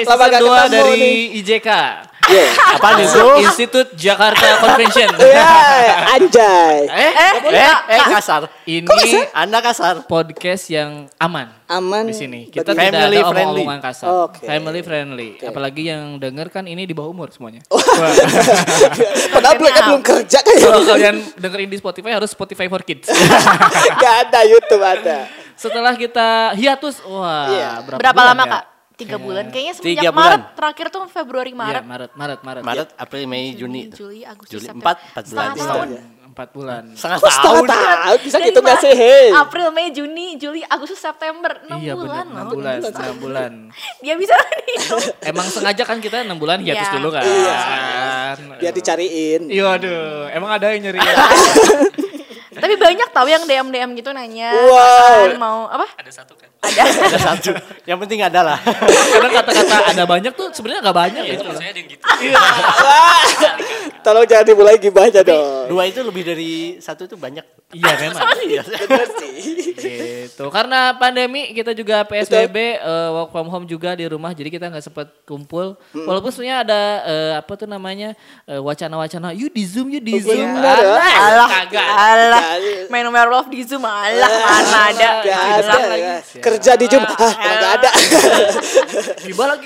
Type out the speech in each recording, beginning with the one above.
season 2 dari nih. IJK. Apaan itu? Institut Jakarta Convention. Anjay. Kasar. Ini Anda kasar. podcast yang aman. Aman. Di sini kita bagi- tidak Family ada friendly. omong-omongan kasar. Oke. Family friendly. Apalagi yang denger kan ini di bawah umur semuanya. Padahal belum kerja kan ya. Kalau kalian dengerin di Spotify harus Spotify for Kids. Gak ada YouTube ada. Setelah kita hiatus, wah, Iya. Berapa bulan lama ya? Kak? 3 bulan. Kayaknya 3 semenjak bulan. Maret terakhir tuh Februari Iya, Maret. Maret. April, Mei, Juni. Juli, Agustus, Juli September. 4 bulan. Setengah tahun. 4 bulan. Setengah Kok setengah tahun. tahun? Bisa Dari gitu gak Maret, sih? Hei. April, Mei, Juni, Juli, Agustus, September. 6 Iya benar, bulan 6 loh. bulan, 6 bulan. Dia bisa nih. Emang sengaja kan kita 6 bulan hiatus Iya. dulu kan. Iya. Biar dicariin. Iya aduh, emang ada yang nyari. Tapi banyak tau yang DM gitu nanya. Wow. Kan mau apa? Ada satu kan. Ada. Ada satu. Yang penting ada lah. Karena kata-kata ada banyak tuh sebenarnya nggak banyak ya. Saya ada yang gitu. Tolong jangan dimulai gibahnya dong. 2 itu lebih dari 1 itu banyak. Iya memang. Bener sih. Gitu. Karena pandemi kita juga PSBB, work from home juga di rumah, jadi kita nggak sempat kumpul. Walaupun sebenarnya ada apa tuh namanya wacana-wacana, yuk di Zoom. bener ya? Alah, kagak. alah. Kagak. Main werewolf di Zoom, alah mana ada. Gak ada. Hilang lagi. Kerja di Zoom. Emang gak ada. Gimana?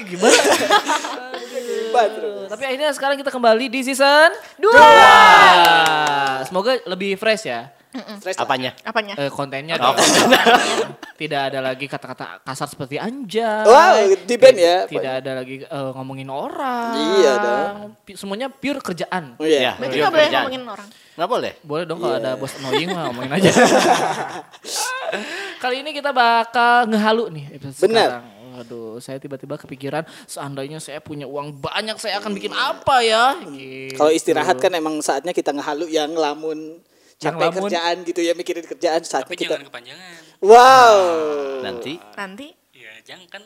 Tapi akhirnya sekarang kita kembali di season 2. Semoga lebih fresh ya. Stress lah. Apanya? Apanya? Kontennya Oh, dong. Tidak ada lagi kata-kata kasar seperti anjay. Wow, di band ya. Tidak ada lagi ngomongin orang. Iya dong. Semuanya pure kerjaan. Oh iya. Berarti Iya, gak boleh kerjaan. ngomongin orang. Nggak boleh. Boleh dong kalau ada bos annoying mah ngomongin aja. Kali ini kita bakal ngehalu nih episode Benar. sekarang. Aduh, saya tiba-tiba kepikiran seandainya saya punya uang banyak saya akan bikin apa ya? Gitu. Kalau istirahat kan emang saatnya kita ngehalu yang ngelamun. Yang Capek ngelamun. kerjaan gitu ya, mikirin kerjaan saatnya Tapi kita. jangan kepanjangan. Wow. Nanti. Nanti. Ya jangan kan.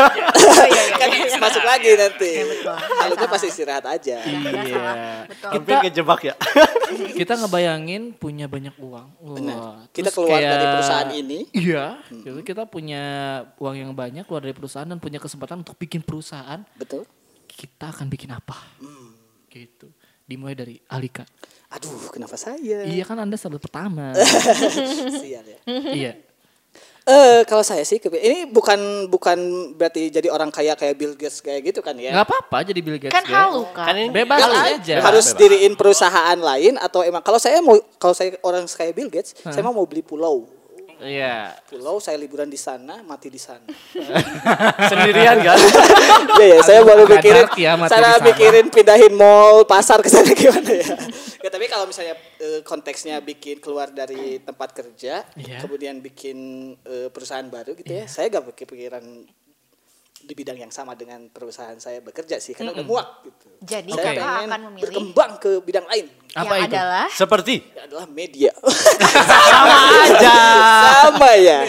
Kan masuk lagi nanti. betul. Halunya pasti istirahat aja. Nggak Iya. salah. Betul. Hampir kejebak ya. Kita ngebayangin punya banyak uang. Wah, Benar. Kita terus keluar kayak- dari perusahaan ini. Iya, gitu. Kita punya uang yang banyak keluar dari perusahaan dan punya kesempatan untuk bikin perusahaan. Betul. Kita akan bikin apa? Gitu. Dimulai dari Alika. Aduh, kenapa saya? Iya kan Anda selalu pertama. Sial ya. Iya. Kalau saya sih ini bukan berarti jadi orang kaya kayak Bill Gates kayak gitu kan ya. Gak apa-apa jadi Bill Gates. Kan ya. halu kan. Kan ini Bebas aja. Harus diriin perusahaan lain atau emang kalau saya orang kayak Bill Gates, saya mau beli pulau. Iya. Pulau saya liburan di sana, mati di sana. sendirian kan. Iya ya, saya baru Agak mikirin dark ya, mati saya di sana. mikirin pindahin mall, pasar ke sana gimana ya. Ya tapi kalau misalnya konteksnya bikin keluar dari tempat kerja, Iya. kemudian bikin perusahaan baru gitu ya. Saya gak kepikiran di bidang yang sama dengan perusahaan saya bekerja sih karena udah muak gitu. Jadi Oke. kakak Pengen akan memilih berkembang ke bidang lain. Apa yang itu? adalah Seperti. Ya adalah media. Sama aja. Sama ya.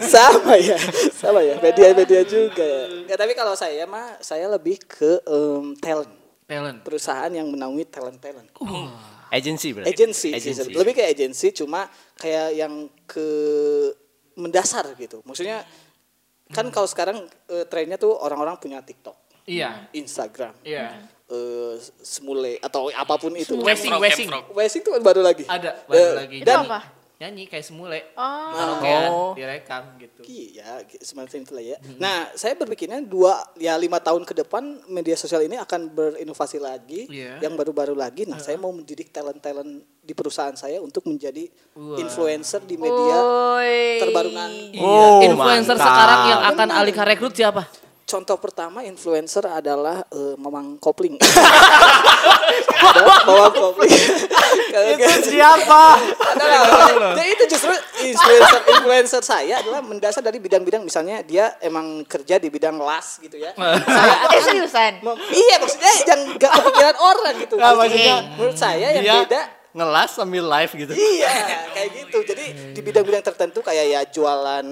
Sama ya. Media juga ya. Ya tapi kalau saya mah saya lebih ke talent. Perusahaan yang menaungi talent. Agency berarti. Agency. Lebih kayak agency cuma kayak yang ke mendasar gitu. Maksudnya kan kalau sekarang trennya tuh orang-orang punya TikTok, Iya. Instagram, Iya. Semule atau apapun itu. Wesing tuh baru lagi. ada baru lagi. itu apa? Nyanyi kayak semule. Oh. Karaokean, direkam gitu. Iya, semacam itulah ya. Nah, saya berpikirnya 5 tahun ke depan media sosial ini akan berinovasi lagi, Iya. yang baru-baru lagi. Nah, saya mau mendidik talent-talent di perusahaan saya untuk menjadi influencer di media Woi. terbarunan. Iya. Influencer mantap. sekarang yang akan Alika rekrut siapa? Contoh pertama influencer adalah Mamang Kopling. Mamang Kopling. Itu siapa? Jadi itu justru influencer saya adalah mendasar dari bidang-bidang misalnya dia emang kerja di bidang las gitu ya. Saya Seriusan? iya maksudnya yang gak kepikiran orang gitu. Nah, maksudnya menurut saya yang dia beda. ngelas sambil live gitu. Iya kayak gitu. Jadi di bidang-bidang tertentu kayak ya jualan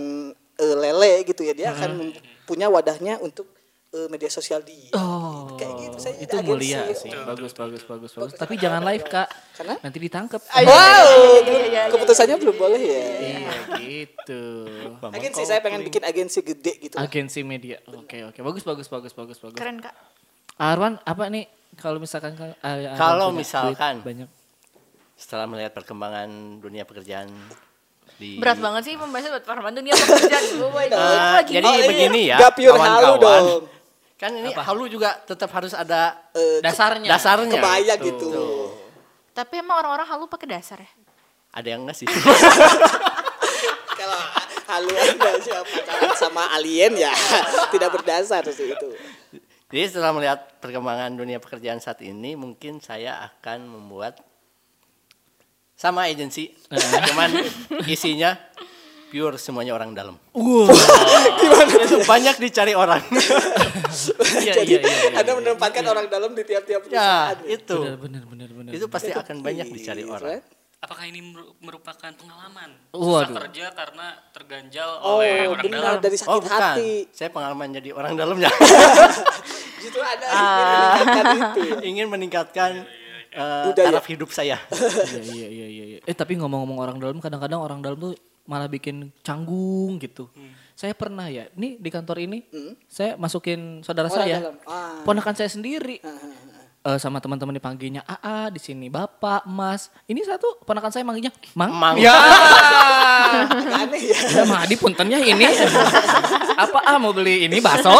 lele gitu ya dia akan punya wadahnya untuk media sosial dia. Kayak gitu saya Itu mulia sih. Bagus. Tapi jangan live, Kak. Karena nanti ditangkap. Keputusannya belum boleh ya. Iya gitu. Agensi saya pengen bikin agensi gede gitu. Agensi media. Oke. Bagus. Keren, Kak. Arwan, apa nih kalau misalkan banyak setelah melihat perkembangan dunia pekerjaan berat banget sih pembahasan buat perkembangan dunia pekerjaan. Jadi begini ya, gak pure halu dong. Kan ini halu juga tetap harus ada dasarnya. Kebayang gitu. Tapi emang orang-orang halu pakai dasar ya? Ada yang enggak sih? Kalau halu Anda siapa pacaran sama alien ya tidak berdasar sih itu. Jadi setelah melihat perkembangan dunia pekerjaan saat ini, mungkin saya akan membuat sama agensi, cuman isinya pure semuanya orang dalam. Gimana? Itu banyak dicari orang. Jadi Anda menempatkan orang dalam di tiap-tiap perusahaan. Ya, itu. Benar. Itu pasti akan banyak dicari orang. Apakah ini merupakan pengalaman? Waduh. Susah kerja karena terganjal oleh orang dalam. Dari sakit hati. Saya pengalaman jadi orang dalamnya. Justru ada ingin meningkatkan itu. Ingin meningkatkan taraf hidup saya. Iya. Tapi ngomong-ngomong orang dalam, kadang-kadang orang dalam tuh malah bikin canggung gitu. Saya pernah ya, nih di kantor ini, saya masukin saudara saya, ponakan saya sendiri. Sama teman-teman dipanggilnya AA, di sini Bapak, Mas. Ini satu ponakan saya manggilnya Mang. Ya. Aneh ya. Ya Mang Adi puntennya ini. Apa mau beli ini bakso?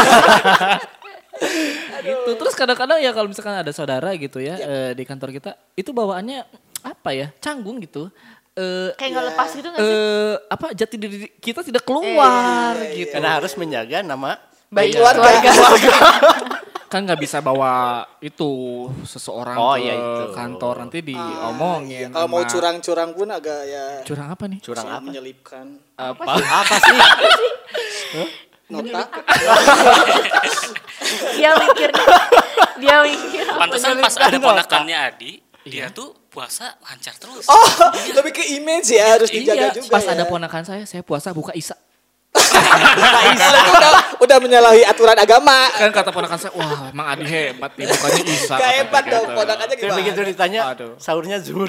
Gitu. Terus kadang-kadang ya kalau misalkan ada saudara gitu ya, di kantor kita, itu bawaannya apa ya? Canggung gitu. Kayak nggak lepas gitu nggak sih? Jati diri kita tidak keluar gitu. Karena harus menjaga nama baik keluarga. Kan nggak bisa bawa itu seseorang ke kantor, nanti diomongin. Kalau mau curang-curang pun agak ya. Curang apa nih? Curang apa? Menyelipkan. Apa sih? Nota. Dia mikir. Pantesan pas ada ponakannya Adi, dia tuh puasa lancar terus. Lebih ke image ya, harus dijaga juga. Pas ya. ada ponakan saya puasa buka Isa. udah menyalahi aturan agama. Kan kata ponakan saya, wah Mang Adi hebat nih, bukannya Isa. Gak hebat dong, ponakannya gimana? Begitu ditanya, sahurnya zuhur.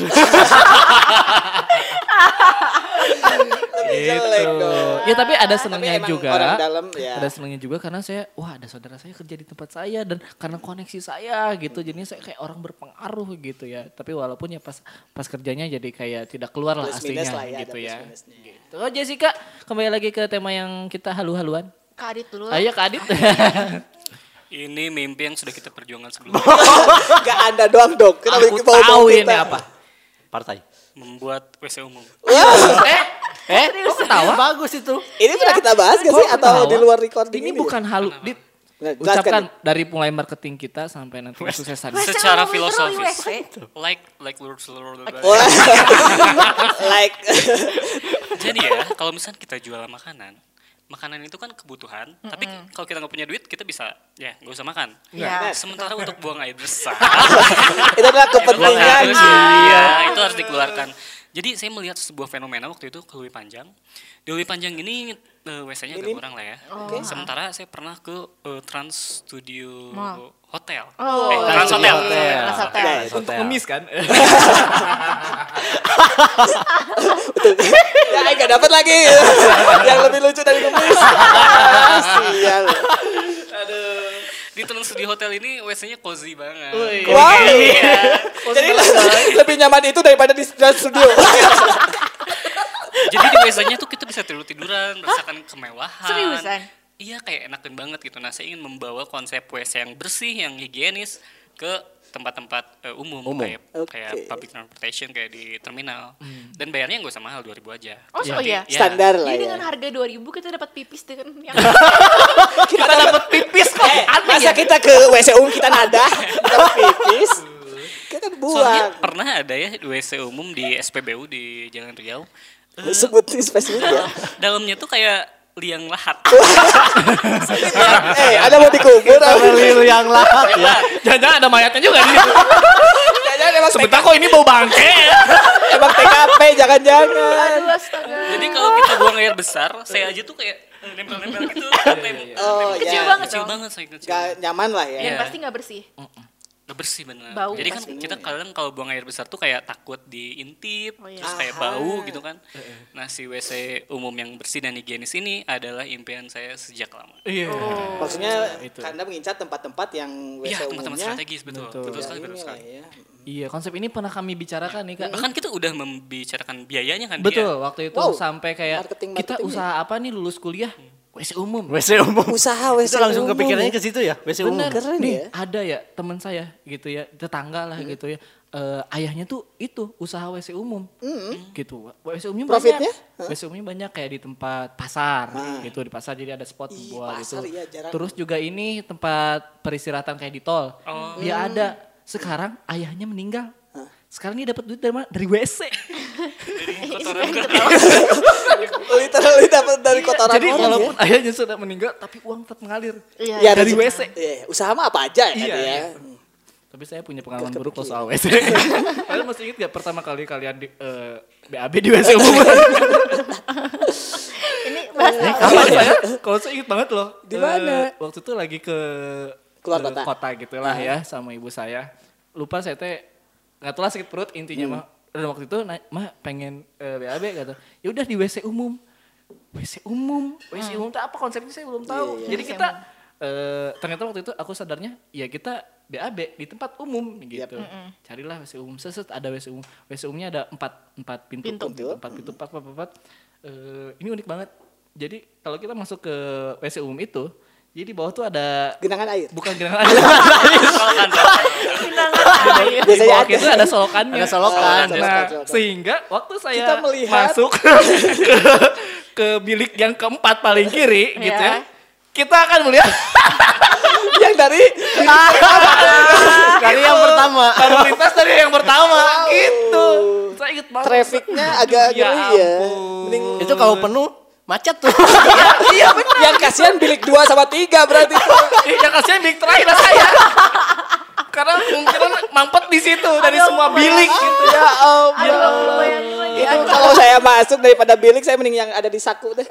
Lebih jelek dong. Ya tapi ada senangnya juga. Orang dalam ya. Ada senangnya juga karena saya, ada saudara saya kerja di tempat saya dan karena koneksi saya gitu, jadinya saya kayak orang berpengaruh gitu ya. Tapi walaupun ya pas kerjanya jadi kayak tidak keluar lah aslinya gitu ya. Gitu. Oh Jessica, kembali lagi ke tema yang kita halu-haluan. Kak Adit dulu. Ayo Kak Adit. Ini mimpi yang sudah kita perjuangkan sebelumnya. Gak Anda doang dong. Aku tahu ini apa. Partai. Membuat WC umum. Kok ketawa? Bagus itu. Ini pernah kita bahas gak sih atau di luar recording ini? Bukan halu. Ucapkan dari mulai marketing kita sampai nanti kesuksesan. Secara filosofis. Like. Jadi ya, kalau misalnya kita jual makanan itu kan kebutuhan, tapi kalau kita nggak punya duit kita bisa nggak usah makan. Ya. Sementara untuk buang air besar, itu adalah kepentingan. Itu harus dikeluarkan. Jadi saya melihat sebuah fenomena waktu itu ke Lewi Panjang. Di Lewi Panjang ini WC-nya agak kurang lah ya. Sementara saya pernah ke Trans Studio Hotel. Trans Hotel. Untuk ngemis kan? Ya enggak dapat lagi. Yang lebih lucu dari ngemis. Sial. Di Trans Studio Hotel ini WC-nya cozy banget. Wow. Jadi lebih nyaman itu daripada di Trans Studio. Jadi di WC-nya tuh kita bisa tiduran, merasakan kemewahan. Seriusan? Iya, kayak enakin banget gitu. Nah, saya ingin membawa konsep WC yang bersih, yang higienis ke tempat-tempat umum. Kayak public transportation, kayak di terminal. Dan bayarnya nggak usah mahal, 2.000 aja. Iya? Standar lah Jadi ya. dengan harga 2.000 kita dapat pipis dengan yang Kita dapat pipis kok. Masa kita ke WC umum kita nadah, dapat pipis. Kita kan buang. Soalnya pernah ada ya WC umum di SPBU di Jalan Riau. Sebutin spesifik ya. Dalamnya tuh kayak liang lahat. Ada mau dikubur Liang lahat ya. Jangan-jangan ada mayatnya juga di situ. Jangan emang Sebentar kok ini bau bangke. emang TKP jangan-jangan. aduh astaga. Jadi kalau kita buang air besar, saya aja tuh kayak nempel-nempel gitu. Kecil banget saya kecil. Gak nyaman lah ya. Dan pasti nggak bersih. Nggak bersih bener. Bau Jadi kan pasti. kita kadang kalau buang air besar tuh kayak takut diintip, terus kayak bau gitu kan. Nah si WC umum yang bersih dan higienis ini adalah impian saya sejak lama. Iya. Maksudnya karena mengincar tempat-tempat yang WC Iya, umumnya. tempat-tempat strategis betul sekali, betul sekali. Ya. Iya, konsep ini pernah kami bicarakan nih Kak. Bahkan kita udah membicarakan biayanya kan. Betul, waktu itu sampai kayak Marketing kita usaha apa nih lulus kuliah? WC umum. WC umum. Usaha WC Itu langsung umum kepikirannya ya. ke situ ya, WC umum. Bener, Keren nih ya. ada ya teman saya gitu ya, tetangga lah gitu ya. Ayahnya tuh itu usaha WC umum. Gitu. WC umumnya Profitnya? banyak. WC umumnya banyak kayak di tempat pasar gitu, di pasar jadi ada spot buat pasar, itu. iya, jarang. Terus juga ini tempat peristirahatan kayak di tol. Dia ada. Sekarang ayahnya meninggal. Sekarang dia dapat duit dari mana? Dari WC. Literally dapat dari kotoran Jadi orang walaupun ya. ayahnya sudah meninggal tapi uang tetap mengalir. Ya, dari rezeki. WC. Iya, usaha mah apa aja kan Iya, ya. iya. Tapi saya punya pengalaman buruk loh soal WC. Kalian masih ingat gak pertama kali kalian di BAB di WC umum? Ini bahas Kalau saya ingat banget loh. Di mana? Waktu itu lagi ke Keluar ke kota. kota gitulah ya sama ibu saya. Lupa saya teh nggak tahu lah sakit perut intinya mah. Dan waktu itu mah pengen BAB kata. Ya udah di WC umum. WC umum itu apa konsepnya saya belum tahu. Jadi kita ternyata waktu itu aku sadarnya ya kita BAB di tempat umum gitu. Carilah WC umum. Seset ada WC umum. WC umumnya ada 4 pintu. 4 pintu. Ini unik banget. Jadi kalau kita masuk ke WC umum itu, jadi di bawah tuh ada Genangan air. bukan genangan air. Di Biasanya bawah ada. itu ada solokannya. Ada solokan. Nah, sehingga waktu saya Kita melihat. masuk ke bilik yang keempat paling kiri gitu ya. Kita akan melihat Yang dari Dari yang pertama. lalu lintas dari yang pertama gitu. Saya inget banget. trafficnya agak Ya ngeri ya. ampun. Mending Itu kalau penuh macet tuh. iya benar. Yang kasihan bilik 2 sama 3 berarti tuh. Yang kasihan bilik terakhir saya. Karena kemungkinan mampet di situ dari semua bilik gitu ya. bayangin lagi. Itu kalau saya masuk daripada bilik saya mending yang ada di saku deh.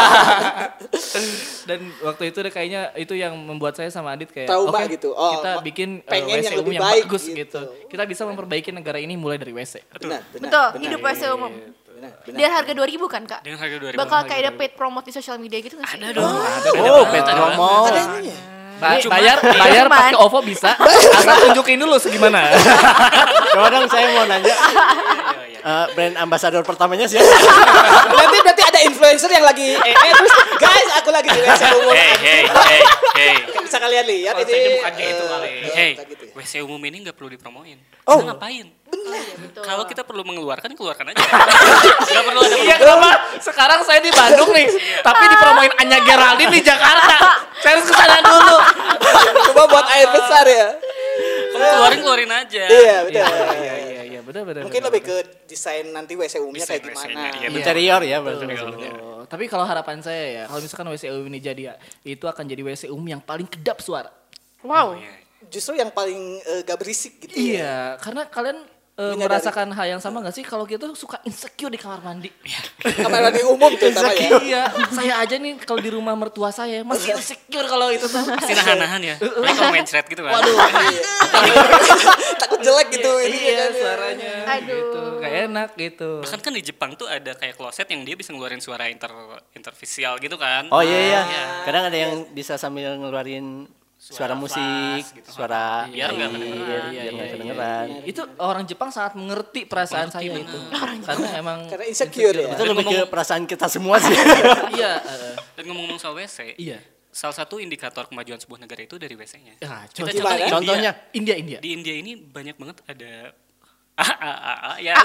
Dan waktu itu deh kayaknya itu yang membuat saya sama Adit kayak Trauma oke, gitu. Oh, kita bikin pengen WC yang umum lebih yang baik bagus gitu. gitu. Kita bisa memperbaiki negara ini mulai dari WC. Benar. Betul, hidup WC umum. Benar. Dia harga 2.000 kan, Kak? Dengan harga 2.000. Bakal kayak ada paid promote di sosial media gitu nggak sih? Ada dong. Oh, pet promo. Ada ininya. Bayar Cuman. pakai OVO bisa. Asal tunjukin dulu segimana. Coba dong saya mau nanya. Brand ambassador pertamanya sih. Nanti berarti ada influencer yang lagi terus guys aku lagi di WC umum. Hey. Bisa kalian lihat Kalau ini. saya bukannya itu kali. Hey, gitu ya. WC umum ini nggak perlu dipromoin. Oh. Kita ngapain? Betul. Kalau kita perlu mengeluarkan, keluarkan aja. Nggak perlu ada Iya kenapa? Sekarang saya di Bandung nih, tapi dipromoin Anya Geraldine di Jakarta. Saya harus kesana dulu. Coba buat air besar ya. Kamu keluarin aja. Iya, betul. Iya, benar. Mungkin lebih ke desain nanti WC umumnya kayak Desain gimana. WC-nya, iya, Interior ya berarti. Oh, tapi kalau harapan saya ya, kalau misalkan WC umum ini jadi ya, itu akan jadi WC umum yang paling kedap suara. Wow. Justru yang paling gak berisik gitu ya. Iya, karena kalian merasakan hal yang sama gak sih kalau kita suka insecure di kamar mandi? Kamar mandi umum tuh sama ya. Iya, saya aja nih kalau di rumah mertua saya masih insecure kalau itu tuh. Pasti nahan-nahan ya. Mereka kalau main thread gitu kan. Waduh, Takut jelek gitu ini iya kan. suaranya. Aduh. Gitu, gak enak gitu. Bahkan kan di Jepang tuh ada kayak kloset yang dia bisa ngeluarin suara intervisial gitu kan. Oh iya. Kadang ada yang bisa sambil ngeluarin suara musik, suara Biar nggak air, biar nggak kedengeran. Itu orang Jepang sangat mengerti perasaan saya itu. Karena emang Karena insecure ya. Itu lebih ke perasaan kita semua sih. iya, Dan ngomong-ngomong soal WC, iya. salah satu indikator kemajuan sebuah negara itu dari WC-nya. Ya, Kita Gimana? contoh Contohnya? India. Di India ini banyak banget ada ya.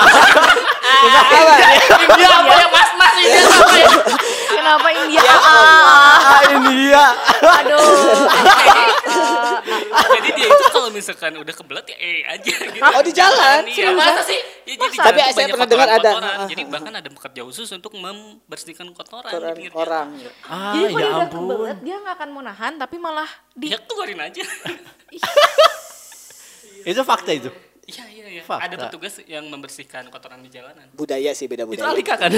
India apa ya mas India apa ya? Kenapa India? India. Aduh. Jadi dia itu kalau misalkan udah kebelet ya aja gitu. Oh, di jalan? Iya, masa sih? Ya, jadi Tapi jalan tuh saya banyak pernah dengar ada. kotoran-kotoran. Jadi bahkan ada pekerja khusus untuk membersihkan kotoran di pinggir jalan. Orang. Ah, Jadi kalau ya dia udah ampun. kebelet, dia nggak akan mau nahan, tapi malah Ya keluarin aja. Itu fakta itu. Iya. Ada petugas yang membersihkan kotoran di jalanan. Budaya sih, beda budaya. Itu Alika kan?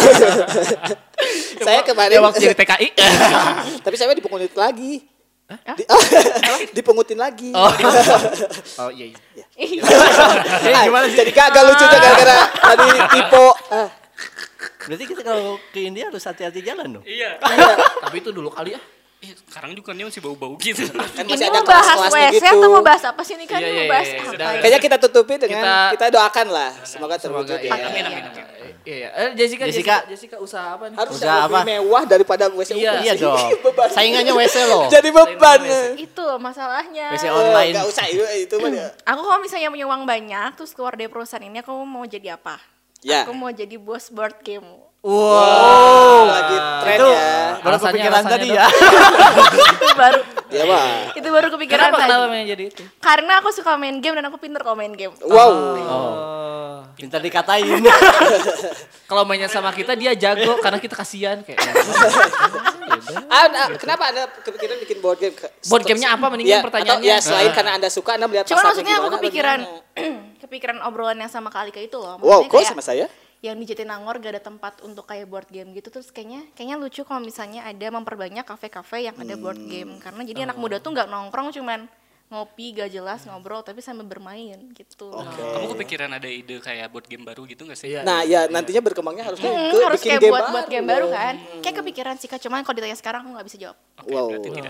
Saya kemarin waktu jadi TKI. Tapi saya dipungutin lagi. Dipungutin lagi. Oh iya. Gimana sih? Jadi gagal lucunya gara-gara tadi tipe. Berarti kita kalau ke India harus hati-hati jalan dong. Iya. Tapi itu dulu kali ya. Sekarang juga nih masih bau-bau gitu. Kan Ini masih mau ada bahas kelas-kelasnya WC gitu. atau mau bahas apa sih ini kan? Iya, Mau iya, bahas iya, apa? sudah. Kayaknya kita tutupi dengan kita doakan lah. Semoga terwujud ya. Amin. Iya. Jessica usaha apa nih? Harus Usaha yang lebih mewah daripada WC umum. Iya dong. Beban. Saingannya WC loh. Jadi beban. Itu masalahnya. WC online. Gak usah itu mah dia. Aku kalau misalnya punya uang banyak terus keluar dari perusahaan ini aku mau jadi apa? Ya. Aku mau jadi bos board game. Wow, lagi tren Itu ya. baru kepikiran tadi ya. Itu baru Iya, Bang. itu baru kepikiran Kenapa tadi. main jadi itu? Karena aku suka main game dan aku pinter kalau main game. Wow. Minta dikatain. Kalau mainnya sama kita dia jago karena kita kasihan kayak. Kenapa Anda kepikiran bikin board game? Board gamenya apa mendingan pertanyaannya? Atau ya selain karena Anda suka, Anda melihat Cuman pasarnya maksudnya aku gimana, kepikiran bagaimana? kepikiran obrolan yang sama Kak Alika itu loh. Wow, Maksudnya kok kayak sama saya? yang di Jatinangor gak ada tempat untuk kayak board game gitu, terus kayaknya lucu kalau misalnya ada memperbanyak kafe-kafe yang ada board game, karena jadi anak muda tuh nggak nongkrong cuman ngopi gak jelas ngobrol tapi sambil bermain gitu. Kamu kepikiran ada ide kayak board game baru gitu gak sih? Nah, ya nantinya berkembangnya harusnya ke Harus bikin kayak game buat game baru kan. Hmm. Kayak kepikiran sih Kak, cuman kalau ditanya sekarang aku nggak bisa jawab. Wow. Berarti tidak.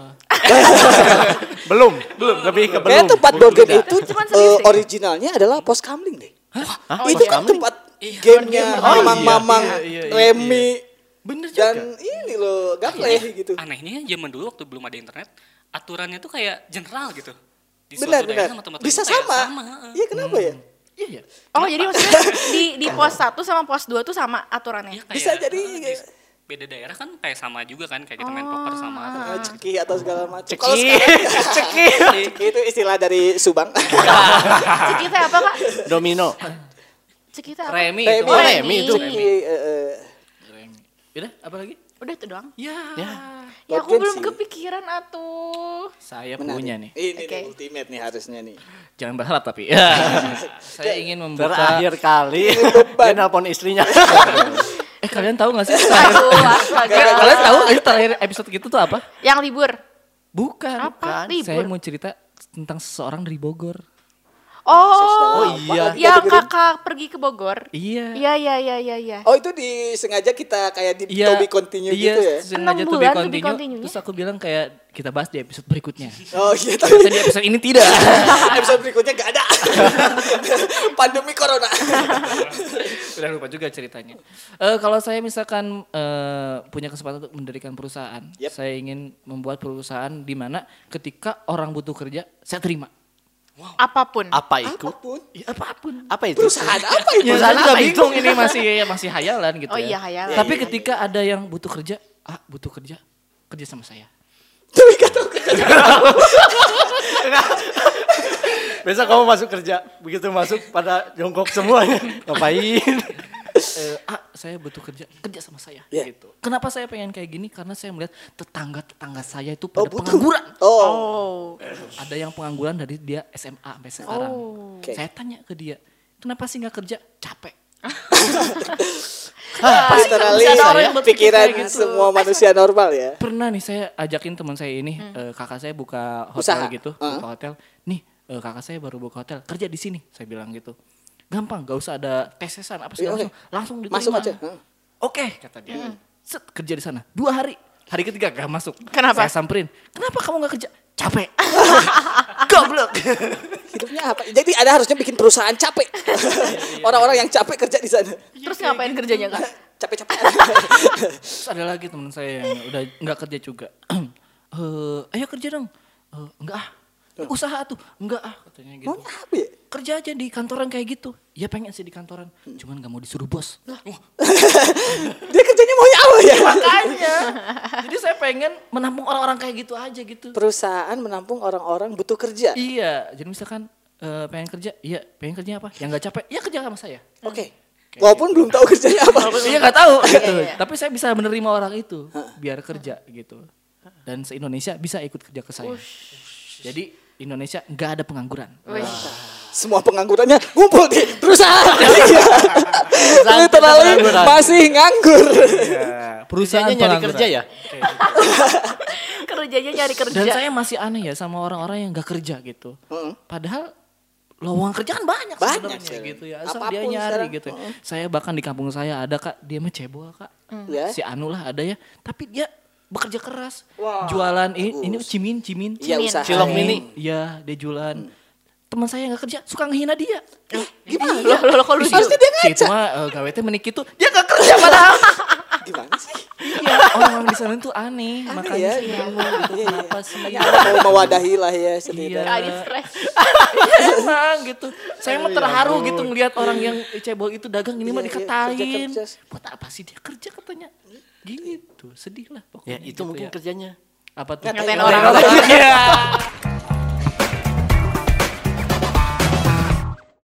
belum, lebih ke belum. Kayaknya tempat board game itu Cuman serius deh. originalnya adalah Pos Kamling deh. Itu Pos kan Kamling? tempat gamenya mamang-mamang, iya. Remi, Bener juga. dan ini loh, gapleh gitu. Anehnya zaman dulu waktu belum ada internet, aturannya tuh kayak general gitu. Di Benar, suatu daerah benar. tempat Bisa lain tuh kayak sama. heeh. Iya, kenapa ya? Iya. Oh, jadi maksudnya di pos 1 sama pos 2 tuh sama aturannya. Iya, kayak, Bisa jadi. beda daerah kan kayak sama juga kan, kayak kita main poker sama. Ceki atau segala macam. Ceki. Kalau sekarang ceki itu istilah dari Subang. Cikita apa Kak? Domino. Cikita apa? Remi. Remi. Oh, Remi itu. Ceki, Udah, apa lagi? Udah itu doang. Ya. Ya Board aku game belum sih. kepikiran atuh. Saya menarik. punya nih. Ini Oke. nih, ultimate nih harusnya nih. Jangan berharap tapi. Saya ingin membuka. Terakhir kali dia nelpon istrinya. Kalian tahu gak sih terakhir? Astaga. Kalian tahu nggak sih terakhir episode gitu tuh apa? Yang libur. Bukan. Apa? Saya Libur. mau cerita tentang seseorang dari Bogor. Oh, iya. yang kakak pergi ke Bogor. Iya. Iya. Oh, itu disengaja kita kayak di to be continue gitu ya? Sengaja 6 to be bulan to be continue. continue-nya. Terus aku bilang kayak kita bahas di episode berikutnya. Oh iya, tapi Ternyata di episode ini tidak. episode berikutnya gak ada. Pandemi corona. Udah lupa juga ceritanya. Kalau saya misalkan punya kesempatan untuk mendirikan perusahaan, Yep. saya ingin membuat perusahaan di mana ketika orang butuh kerja, saya terima. Apapun. Apa itu? Apapun. Ya, apapun. Apa itu? Perusahaan apa itu? Ya, saya juga apa bingung ini masih hayalan gitu Oh ya. iya, hayalan. Tapi ketika ada yang butuh kerja, kerja sama saya. Tapi gak tahu kerja. Besok kamu masuk kerja, begitu masuk pada jongkok semuanya. Ngapain? Saya butuh kerja sama saya Iya. gitu. Kenapa saya pengen kayak gini? Karena saya melihat tetangga saya itu Oh, pada butuh. pengangguran. Oh. Ada yang pengangguran dari dia SMA sampai sekarang. Oke. Saya tanya ke dia, kenapa sih nggak kerja? Capek. Literally bisa ada orang yang berpikir pikiran kayak gitu. semua manusia normal ya. Pernah nih saya ajakin teman saya ini, kakak saya buka hotel Usaha. gitu, buka hotel. Nih kakak saya baru buka hotel, kerja di sini. Saya bilang gitu. Gampang, gak usah ada tesesan apa sih, Iya, langsung diterima. Masuk aja. Oke, kata dia. Set, kerja di sana 2 hari. Hari ketiga gak masuk. Kenapa? Saya samperin. Kenapa kamu gak kerja? Capek. Goblok. Hidupnya apa? Jadi ada harusnya bikin perusahaan capek. Orang-orang yang capek kerja di sana. Terus ngapain kerjanya Kak? Capek-capek. Terus ada lagi teman saya yang udah nggak kerja juga. Ayo kerja dong. Enggak ah. Usaha tuh. Enggak ah katanya gitu. Maunya apa ya? Kerja aja di kantoran kayak gitu. Ya pengen sih di kantoran. Cuman gak mau disuruh bos. Dia kerjanya maunya apa ya? Makanya. Jadi saya pengen menampung orang-orang kayak gitu aja gitu. Perusahaan menampung orang-orang butuh kerja. Iya. Jadi misalkan pengen kerja. Iya pengen kerja apa? Yang gak capek. Ya kerja sama saya. Oke. Walaupun belum tahu kerjanya apa. Iya gak tahu gitu. Tapi saya bisa menerima orang itu. Biar kerja gitu. Dan se-Indonesia bisa ikut kerja ke saya. Jadi Indonesia nggak ada pengangguran. Wih. semua penganggurannya ngumpul di perusahaan. Literally masih nganggur. Perusahaannya nyari kerja ya? Kerjanya nyari kerja. Dan saya masih aneh ya sama orang-orang yang gak kerja gitu. Padahal lowongan kerja kan banyak sebenarnya gitu ya. Asal dia nyari sekarang, gitu. Saya bahkan di kampung saya ada Kak, dia mah cebol Kak. Si Anu lah ada ya. Tapi dia bekerja keras. Jualan ini cimin. Iya, cilok mini. Iya, dia jualan. Teman saya gak kerja suka ngehina dia. Gimana? Loh kok lu Harusnya dia ngaca. Si itu mah gawe teh menik itu dia gak kerja padahal. Gimana sih? Iya, orang-orang di sana tuh aneh. Makanya ya, saya bingung gitu. Kenapa sih? Mau mewadahi lah ya setidaknya. Kali stres. Iya emang gitu. Saya mah terharu gitu ngelihat orang yang cebol itu dagang ini mah dikatain. Buat apa sih dia kerja katanya? Gitu, sedih lah pokoknya. Ya itu mungkin kerjanya. Apa tuh? Ngatain orang. Iya.